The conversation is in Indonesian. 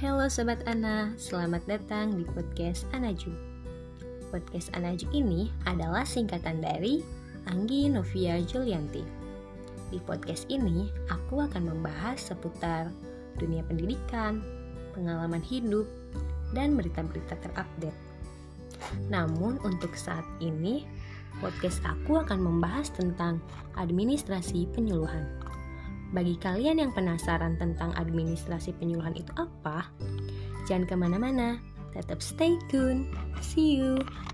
Halo Sobat Ana, selamat datang di podcast Anaju. Podcast Anaju ini adalah singkatan dari Anggi Novia Julianti. Di podcast ini, aku akan membahas seputar dunia pendidikan, pengalaman hidup, dan berita-berita terupdate. Namun untuk saat ini, podcast aku akan membahas tentang administrasi penyuluhan. Bagi kalian yang penasaran tentang administrasi penyuluhan itu apa, jangan kemana-mana, tetap stay tune. See you!